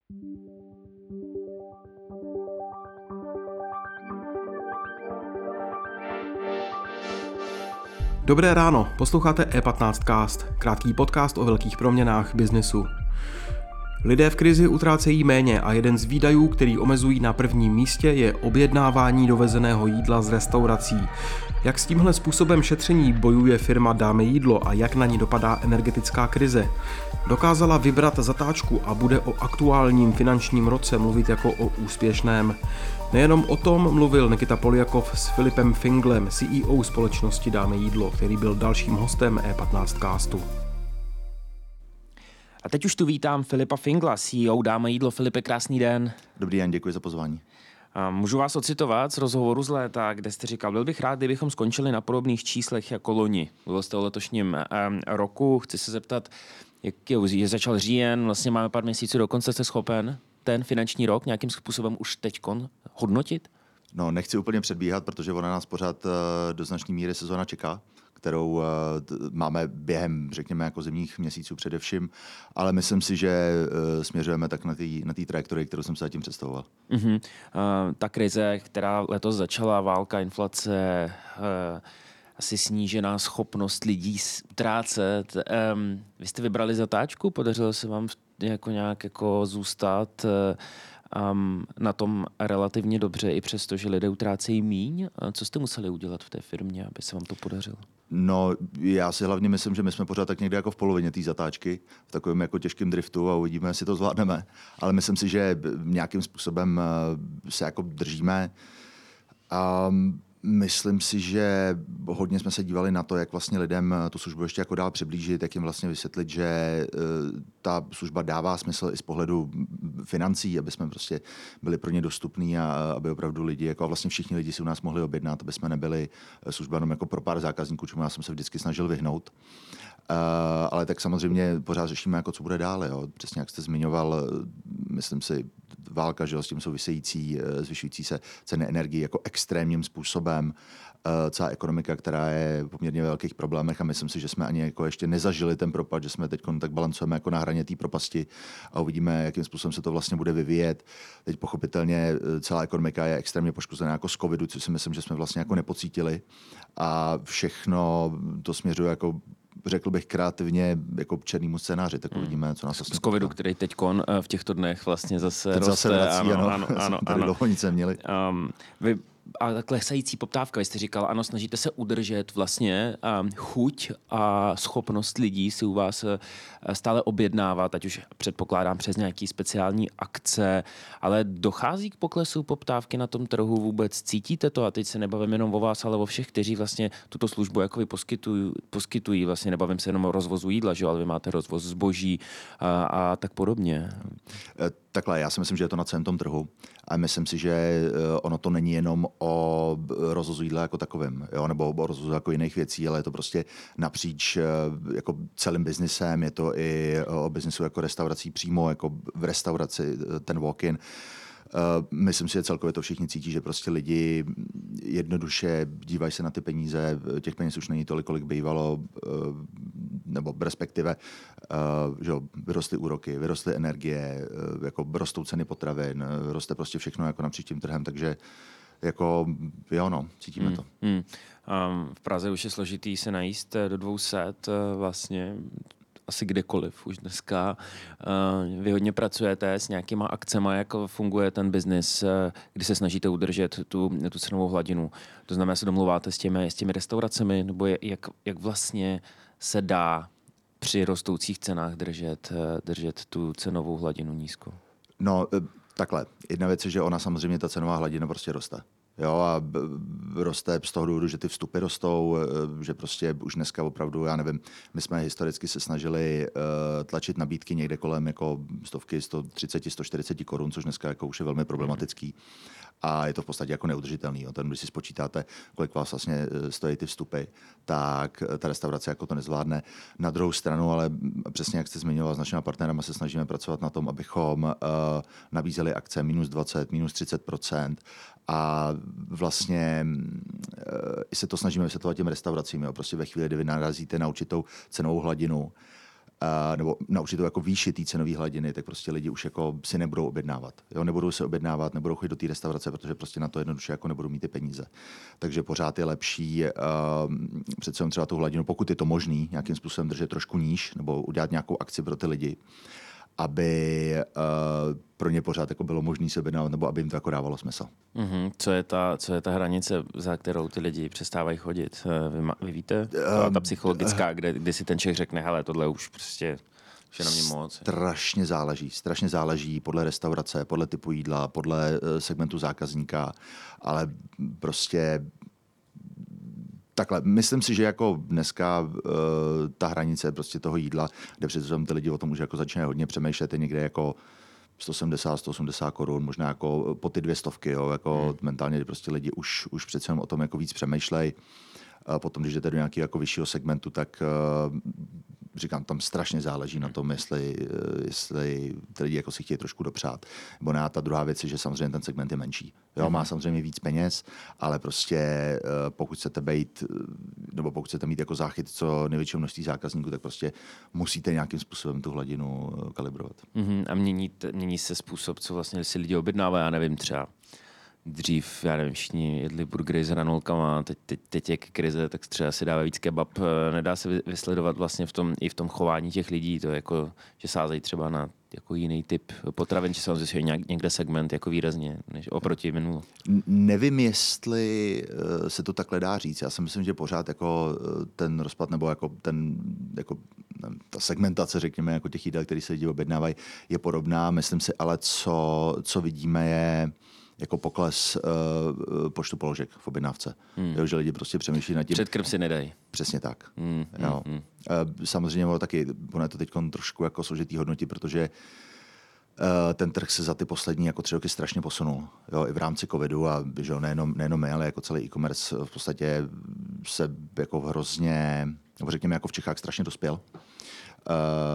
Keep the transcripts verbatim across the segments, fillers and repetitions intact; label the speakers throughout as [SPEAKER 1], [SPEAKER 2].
[SPEAKER 1] Dobré ráno, posloucháte E patnáct Cast, krátký podcast o velkých proměnách biznesu. Lidé v krizi utrácejí méně a jeden z výdajů, který omezují na prvním místě, je objednávání dovezeného jídla z restaurací. Jak s tímhle způsobem šetření bojuje firma Dáme jídlo a jak na ní dopadá energetická krize? Dokázala vybrat zatáčku a bude o aktuálním finančním roce mluvit jako o úspěšném. Nejenom o tom mluvil Nikita Poljakov s Filipem Finglem, C E O společnosti Dáme jídlo, který byl dalším hostem E patnáct Castu.
[SPEAKER 2] A teď už tu vítám Filipa Fingla, C E O Dáme jídlo. Filipe, krásný den.
[SPEAKER 3] Dobrý den, děkuji za pozvání.
[SPEAKER 2] A můžu vás ocitovat z rozhovoru z léta, kde jste říkal, byl bych rád, kdybychom skončili na podobných číslech jako loni. Mluvil jste o letošním um, roku. Chci se zeptat, jak je, je začal říjen, vlastně máme pár měsíců, dokonce jste schopen ten finanční rok nějakým způsobem už teďkon hodnotit?
[SPEAKER 3] No, nechci úplně předbíhat, protože ona nás pořád uh, do značné míry sezóna čeká, kterou uh, t- máme během, řekněme, jako zimních měsíců především, ale myslím si, že uh, směřujeme tak na té na té trajektorii, kterou jsem se zatím představoval.
[SPEAKER 2] Uh-huh. Uh, ta krize, která letos začala, válka, inflace, uh, asi snížená schopnost lidí utrácet. Um, vy jste vybrali zatáčku, podařilo se vám jako nějak jako zůstat um, na tom relativně dobře, i přesto, že lidé utrácejí míň. Co jste museli udělat v té firmě, aby se vám to podařilo?
[SPEAKER 3] No, já si hlavně myslím, že my jsme pořád tak někde jako v polovině té zatáčky, v takovém jako těžkém driftu a uvidíme, jestli to zvládneme. Ale myslím si, že nějakým způsobem se jako držíme. Um, Myslím si, že hodně jsme se dívali na to, jak vlastně lidem tu službu ještě jako dál přiblížit, jak jim vlastně vysvětlit, že uh, ta služba dává smysl i z pohledu financí, aby jsme prostě byli pro ně dostupní a aby opravdu lidi, jako a vlastně všichni lidi si u nás mohli objednat, aby jsme nebyli služba jenom jako pro pár zákazníků, čemu já jsem se vždycky snažil vyhnout. Uh, ale tak samozřejmě pořád řešíme, jako co bude dále. Jo. Přesně jak jste zmiňoval, myslím si, válka, že jo, s tím související, zvyšující se ceny energií jako extrémním způsobem. Uh, celá ekonomika, která je v poměrně velkých problémech a myslím si, že jsme ani jako ještě nezažili ten propad, že jsme teď tak balancujeme jako na hraně té propasti a uvidíme, jakým způsobem se to vlastně bude vyvíjet. Teď pochopitelně celá ekonomika je extrémně poškozená jako z covidu, což si myslím, že jsme vlastně jako nepocítili a všechno to směřuje jako řekl bych kreativně jako černýmu scénáři, tak uvidíme, co nás vlastně
[SPEAKER 2] z covidu, který teďkon v těchto dnech vlastně zase
[SPEAKER 3] teď
[SPEAKER 2] roste.
[SPEAKER 3] Zase vrací, ano,
[SPEAKER 2] ano, ano, ano,
[SPEAKER 3] tady dlouho nic neměli.
[SPEAKER 2] Um, vy a klesající poptávka, vy jste říkal, ano, snažíte se udržet vlastně um, chuť a schopnost lidí si u vás uh, stále objednávat, ať už předpokládám přes nějaký speciální akce, ale dochází k poklesu poptávky na tom trhu vůbec? Cítíte to? A teď se nebavím jenom o vás, ale o všech, kteří vlastně tuto službu jako vy poskytují, poskytují. Vlastně nebavím se jenom o rozvozu jídla, že? Ale vy máte rozvoz zboží a, a tak podobně.
[SPEAKER 3] Takhle, já si myslím, že je to na celém tom trhu a myslím si, že ono to není jenom o rozvozu jídla jako takovém, jo? Nebo o rozvozu jako jiných věcí, ale je to prostě napříč jako celým biznisem, je to i o biznisu jako restaurací přímo, jako v restauraci ten walk-in. Uh, myslím si, že celkově to všichni cítí, že prostě lidi jednoduše dívají se na ty peníze, těch peněz už není tolik, kolik bývalo, uh, nebo respektive uh, že vyrostly úroky, vyrostly energie, uh, jako rostou ceny potravin, uh, roste prostě všechno jako napříč tím trhem, takže jako jo, no, cítíme
[SPEAKER 2] hmm,
[SPEAKER 3] to.
[SPEAKER 2] Hmm. Um, v Praze už je složitý se najíst do dvou set uh, vlastně asi kdekoliv už dneska. Uh, vy hodně pracujete s nějakýma akcemi, jak funguje ten biznis, uh, kdy se snažíte udržet tu, tu cenovou hladinu. To znamená, se domluváte s těmi, s těmi restauracemi, nebo je, jak, jak vlastně se dá při rostoucích cenách držet, uh, držet tu cenovou hladinu nízko?
[SPEAKER 3] No, takhle. Jedna věc je, že ona samozřejmě, ta cenová hladina prostě roste. Jo, a roste z toho důvodu, že ty vstupy rostou, že prostě už dneska opravdu, já nevím, my jsme historicky se snažili uh, tlačit nabídky někde kolem jako stovky, sto třicet, sto čtyřicet korun, což dneska jako už je velmi problematický. A je to v podstatě jako neudržitelný. Jo. Ten, když si spočítáte, kolik vás vlastně stojí ty vstupy, tak ta restaurace jako to nezvládne. Na druhou stranu, ale přesně jak jste zmiňoval, s našimi partnerami se snažíme pracovat na tom, abychom uh, nabízeli akce minus dvacet, minus třicet procent a vlastně uh, se to snažíme vysvětlovat těm restauracím. Jo. Prostě ve chvíli, kdy vy narazíte na určitou cenovou hladinu, Uh, nebo na určitou jako výši té cenové hladiny, tak prostě lidi už jako si nebudou objednávat. Jo? Nebudou se objednávat, nebudou chodit do té restaurace, protože prostě na to jednoduše jako nebudou mít ty peníze. Takže pořád je lepší uh, přece jen třeba tu hladinu, pokud je to možný, nějakým způsobem držet trošku níž, nebo udělat nějakou akci pro ty lidi, aby uh, pro ně pořád jako bylo možné se objednávat, nebo aby jim to jako dávalo smysl.
[SPEAKER 2] Mm-hmm. Co je ta, co je ta hranice, za kterou ty lidi přestávají chodit? Vy, ma, vy víte? Ta, ta psychologická, kde, kde si ten člověk řekne, hele, tohle už prostě už je na mě moc.
[SPEAKER 3] Strašně záleží. Strašně záleží podle restaurace, podle typu jídla, podle uh, segmentu zákazníka, ale prostě takhle, myslím si, že jako dneska uh, ta hranice prostě toho jídla, kde přece ty lidi o tom už jako začínají hodně přemýšlet, je někde jako sto sedmdesát, sto osmdesát korun, možná jako po ty dvě stovky, jo, jako hmm. mentálně prostě lidi už, už přece o tom jako víc přemýšlej. A potom, když jdete do nějakého jako vyššího segmentu, tak uh, říkám, tam strašně záleží na tom, jestli, jestli ty lidi jako si chtějí trošku dopřát. Nebo ne, ta druhá věc je, že samozřejmě ten segment je menší. Jo, má samozřejmě víc peněz, ale prostě pokud chcete být, nebo pokud chcete mít jako záchyt co největšího množství zákazníků, tak prostě musíte nějakým způsobem tu hladinu kalibrovat.
[SPEAKER 2] Mm-hmm. A mění, mění se způsob, co vlastně si lidi objednávají, já nevím, třeba dřív, já nevím, všichni jedli burgery s hranolkama, teď, teď, teď je krize, tak třeba si dává víc kebab. Nedá se vysledovat vlastně v tom, i v tom chování těch lidí, to jako, že sázejí třeba na jako jiný typ potravin, či samozřejmě nějak, někde segment jako výrazně, než oproti minulu.
[SPEAKER 3] Nevím, jestli se to takhle dá říct. Já si myslím, že pořád jako ten rozpad nebo jako ten, jako ta segmentace, řekněme, jako těch jídel, které se lidi objednávají, je podobná. Myslím si ale, co, co vidíme, je jako pokles uh, počtu položek v objednávce. Hmm. Jo, že lidi prostě přemýšlí nad tím.
[SPEAKER 2] Předkrm si nedají.
[SPEAKER 3] Přesně tak.
[SPEAKER 2] Hmm,
[SPEAKER 3] jo. Hmm, hmm. Uh, samozřejmě ono taky, ono je to teď trošku jako složitý hodnotit, protože uh, ten trh se za ty poslední jako tři roky strašně posunul. Jo, i v rámci covidu a že jo, nejenom, nejenom my, ale jako celý e-commerce v podstatě se jako hrozně, nebo řekněme jako v Čechách strašně dospěl. Uh,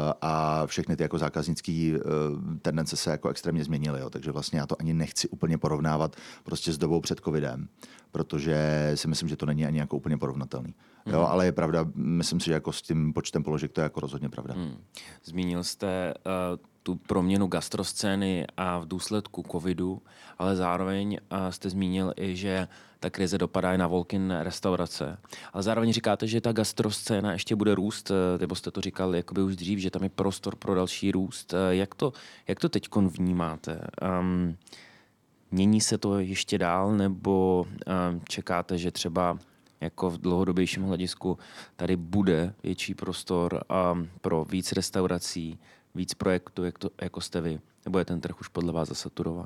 [SPEAKER 3] a všechny ty jako zákaznické uh, tendence se jako extrémně změnily. Jo. Takže vlastně já to ani nechci úplně porovnávat prostě s dobou před covidem, protože si myslím, že to není ani jako úplně porovnatelný. Mm. Jo, ale je pravda, myslím si, že jako s tím počtem položek to je jako rozhodně pravda. Mm.
[SPEAKER 2] Zmínil jste uh, tu proměnu gastroscény a v důsledku covidu, ale zároveň uh, jste zmínil i, že ta krize dopadá i na walk-in restaurace. Ale zároveň říkáte, že ta gastroscéna ještě bude růst, nebo jste to říkal jakoby už dřív, že tam je prostor pro další růst. Jak to, jak to teďkon vnímáte? Um, mění se to ještě dál, nebo um, čekáte, že třeba jako v dlouhodobějším hledisku tady bude větší prostor um, pro víc restaurací, víc projektů, jak to, jako jste vy? Nebo je ten trh už podle vás zasaturován?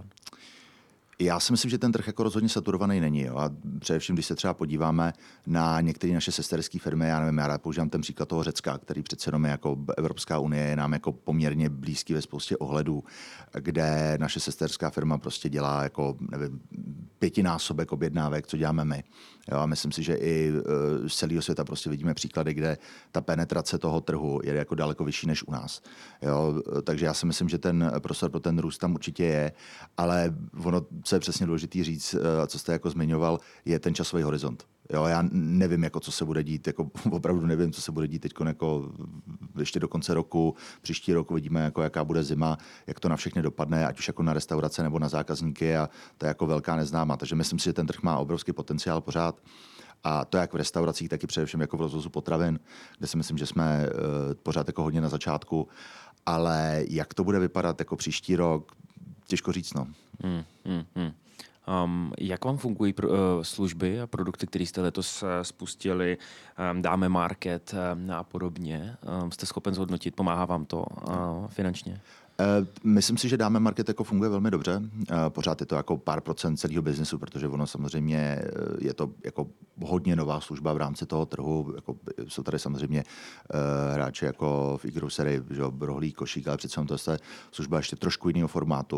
[SPEAKER 3] Já si myslím, že ten trh jako rozhodně saturovaný není. Jo. A především, když se třeba podíváme na některé naše sesterské firmy, já nevím, já používám ten příklad toho Řecka, který přece jenom je jako Evropská unie, je nám jako poměrně blízký ve spoustě ohledů, kde naše sesterská firma prostě dělá jako, nevím, pětinásobek objednávek, co děláme my. Jo, a myslím si, že i z celého světa prostě vidíme příklady, kde ta penetrace toho trhu je jako daleko vyšší než u nás. Jo, takže já si myslím, že ten prostor pro ten růst tam určitě je, ale ono, co je přesně důležitý říct, co jste jako zmiňoval, je ten časový horizont. Jo, já nevím, jako, co se bude dít, jako, opravdu nevím, co se bude dít teď jako, ještě do konce roku, příští rok vidíme, jako, jaká bude zima, jak to na všechny dopadne, ať už jako na restaurace nebo na zákazníky a to je jako velká neznámá. Takže myslím si, že ten trh má obrovský potenciál pořád. A to jak v restauracích, tak i především jako v rozvozu potravin, kde si myslím, že jsme uh, pořád jako hodně na začátku. Ale jak to bude vypadat jako příští rok, těžko říct, no.
[SPEAKER 2] Hmm, hmm, hmm. Um, jak vám fungují pro, uh, služby a produkty, které jste letos uh, spustili, um, dáme market um, a podobně? Um, jste schopen zhodnotit, pomáhá vám to uh, finančně?
[SPEAKER 3] Myslím si, že dáme market jako funguje velmi dobře. Pořád je to jako pár procent celého biznesu, protože ono samozřejmě je to jako hodně nová služba v rámci toho trhu. Jako jsou tady samozřejmě hráči jako v e-grocery, rohlík, košík, ale přece to je služba ještě trošku jiného formátu.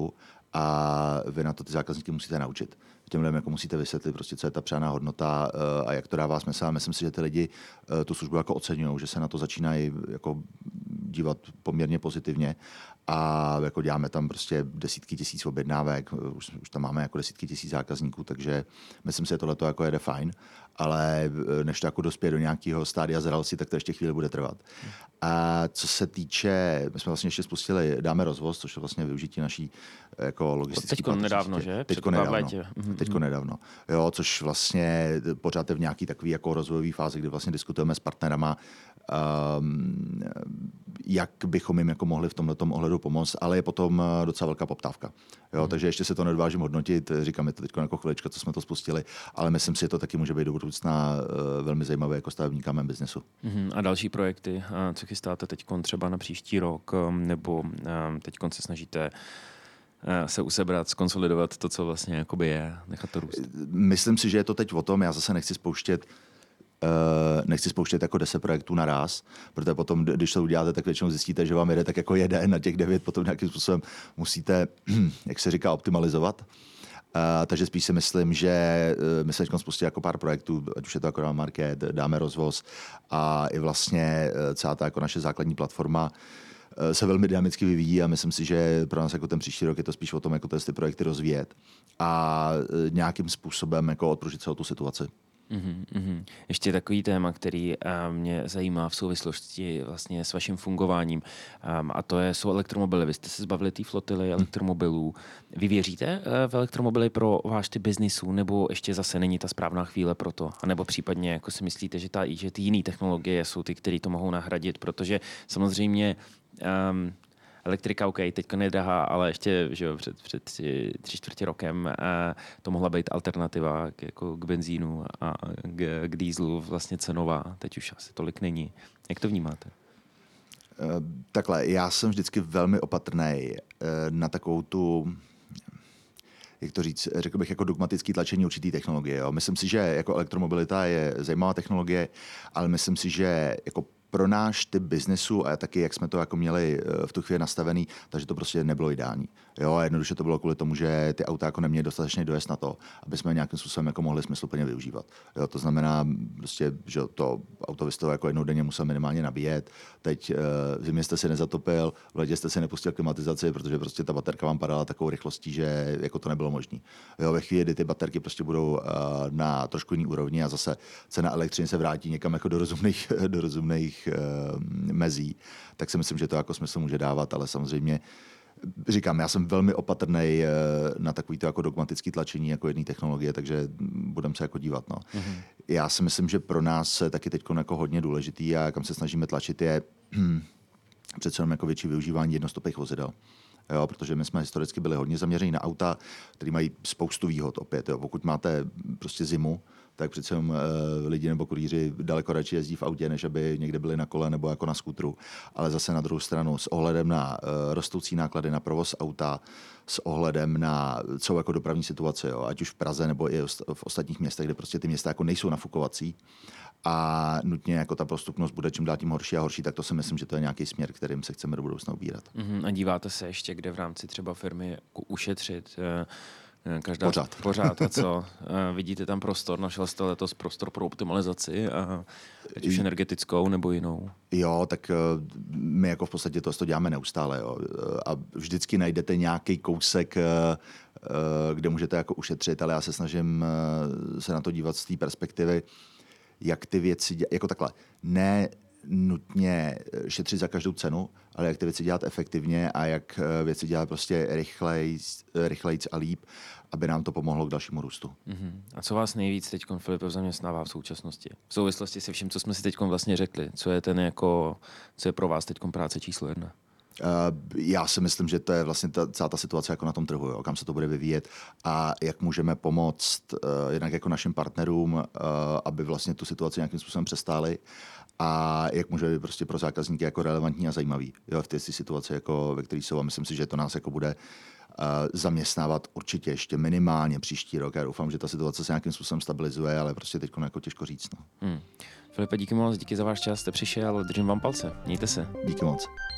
[SPEAKER 3] a vy na to ty zákazníky musíte naučit. Těm lidem jako musíte vysvětlit, prostě, co je ta přidaná hodnota a jak to dává smysl. A myslím si, že ty lidi tu službu jako oceňují, že se na to začínají jako dívat poměrně pozitivně a jako děláme tam prostě desítky tisíc objednávek, už, už tam máme jako desítky tisíc zákazníků, takže myslím si, že tohle to jako jede fajn, ale než to jako dospěje do nějakého stádia zralosti, tak to ještě chvíli bude trvat. A co se týče, my jsme vlastně ještě spustili Dáme rozvoz, což je vlastně využití naší jako logistické
[SPEAKER 2] Teďko nedávno, že?
[SPEAKER 3] Teďko nedávno. Teďko nedávno. Jo, což vlastně pořád je v nějaký takový jako rozvojový fázi, kdy vlastně diskutujeme s partnerama, um, jak bychom jim jako mohli v tomhletom ohledu pomoct, ale je potom docela velká poptávka. Jo, hmm. Takže ještě se to nedovážím hodnotit, říkám, je to teď jako chvilička, co jsme to spustili, ale myslím si, že to taky může být do budoucna uh, velmi zajímavé jako stavebníka mém biznesu.
[SPEAKER 2] Hmm. A další projekty, co chystáte teď třeba na příští rok, nebo teď se snažíte se usebrat, skonsolidovat to, co vlastně jakoby je, nechat to růst?
[SPEAKER 3] Myslím si, že je to teď o tom, já zase nechci spouštět Uh, nechci spouštět jako deset projektů naraz, protože potom, když to uděláte, tak většinou zjistíte, že vám jede tak jako jeden na těch devět, potom nějakým způsobem musíte, jak se říká, optimalizovat. Uh, takže spíš si myslím, že uh, my se teď spustili jako pár projektů, ať už je to jako Market, Dáme rozvoz a i vlastně uh, celá ta jako naše základní platforma uh, se velmi dynamicky vyvíjí a myslím si, že pro nás jako ten příští rok je to spíš o tom, jako ty projekty rozvíjet a uh, nějakým způsobem jako odpružit celou tu situaci.
[SPEAKER 2] Uhum, uhum. Ještě takový téma, který uh, mě zajímá v souvislosti vlastně s vaším fungováním, um, a to je, jsou elektromobily. Vy jste se zbavili té flotily elektromobilů. Vy věříte uh, v elektromobily pro váš typ biznisu, nebo ještě zase není ta správná chvíle pro to? A nebo případně jako si myslíte, že, ta, že ty jiné technologie jsou ty, které to mohou nahradit? Protože samozřejmě um, elektrika, OK, teďka nedrahá, ale ještě že jo, před, před tři, tři čtvrtě rokem eh, to mohla být alternativa k, jako k benzínu a k, k dýzlu vlastně cenová. Teď už asi tolik není. Jak to vnímáte?
[SPEAKER 3] Takhle, já jsem vždycky velmi opatrný na takovou tu, jak to říct, řekl bych jako dogmatický tlačení určitý technologie. Jo. Myslím si, že jako elektromobilita je zajímavá technologie, ale myslím si, že jako pro náš typ biznesu a taky, jak jsme to jako měli v tu chvíli nastavený, takže to prostě nebylo ideální. Jo, a jednoduše to bylo kvůli tomu, že ty auta jako neměly dostatečný dojezd na to, aby jsme nějakým způsobem jako mohli smysluplně využívat. Jo, to znamená, prostě, že to auto vy jste jako jednou denně musel minimálně nabíjet. Teď v zimě jste si nezatopil, v ledě jste si nepustil klimatizaci, protože prostě ta baterka vám padala takovou rychlostí, že jako to nebylo možné. Jo, ve chvíli, kdy ty baterky prostě budou na trošku jiný úrovni a zase cena elektřiny se vrátí někam jako do rozumných, do rozumných mezí, tak si myslím, že to jako smysl může dávat, ale samozřejmě říkám, já jsem velmi opatrný na takovýto jako dogmatický tlačení jako jedné technologie, takže budeme se jako dívat. No. Mm-hmm. Já si myslím, že pro nás taky teď jako hodně důležitý a kam se snažíme tlačit je přece jenom jako větší využívání jednostopých vozidel. Jo, protože my jsme historicky byli hodně zaměření na auta, které mají spoustu výhod opět. Jo. Pokud máte prostě zimu, tak přece uh, lidi nebo kurýři daleko radši jezdí v autě, než aby někde byli na kole nebo jako na skútru. Ale zase na druhou stranu s ohledem na uh, rostoucí náklady na provoz auta, s ohledem na celou jako dopravní situaci, jo, ať už v Praze nebo i v ostatních městech, kde prostě ty města jako nejsou nafukovací a nutně jako ta prostupnost bude čím dál tím horší a horší, tak to si myslím, že to je nějaký směr, kterým se chceme do budoucna ubírat.
[SPEAKER 2] Mm-hmm. A díváte se ještě, kde v rámci třeba firmy jako ušetřit? Každá
[SPEAKER 3] pořád.
[SPEAKER 2] Pořád. A co? Vidíte tam prostor? Našel jste letos prostor pro optimalizaci? A ať už energetickou nebo jinou?
[SPEAKER 3] Jo, tak my jako v podstatě to děláme neustále. Jo. A vždycky najdete nějaký kousek, kde můžete jako ušetřit, ale já se snažím se na to dívat z té perspektivy, jak ty věci dělat, jako takhle, ne nutně šetřit za každou cenu, ale jak ty věci dělat efektivně a jak věci dělat prostě rychlejc, rychlejc a líp, aby nám to pomohlo k dalšímu růstu.
[SPEAKER 2] Uh-huh. A co vás nejvíc teď, Filipe, zaměstnává v současnosti? V souvislosti se vším, co jsme si teď vlastně řekli. Co je ten jako, co je pro vás teď práce číslo jedna?
[SPEAKER 3] Já si myslím, že to je vlastně ta, celá ta situace jako na tom trhu, jo, kam se to bude vyvíjet a jak můžeme pomoct uh, jednak jako našim partnerům, uh, aby vlastně tu situaci nějakým způsobem přestáli a jak může být prostě pro zákazníky jako relevantní a zajímavý, jo, v té situaci, jako, ve které jsou, a myslím si, že to nás jako bude uh, zaměstnávat určitě ještě minimálně příští rok. Já doufám, že ta situace se nějakým způsobem stabilizuje, ale prostě teď jako těžko říct. No.
[SPEAKER 2] Hmm. Filipe, díky moc, díky za váš čas, jste přišel, držím vám palce, mějte se.
[SPEAKER 3] Díky moc.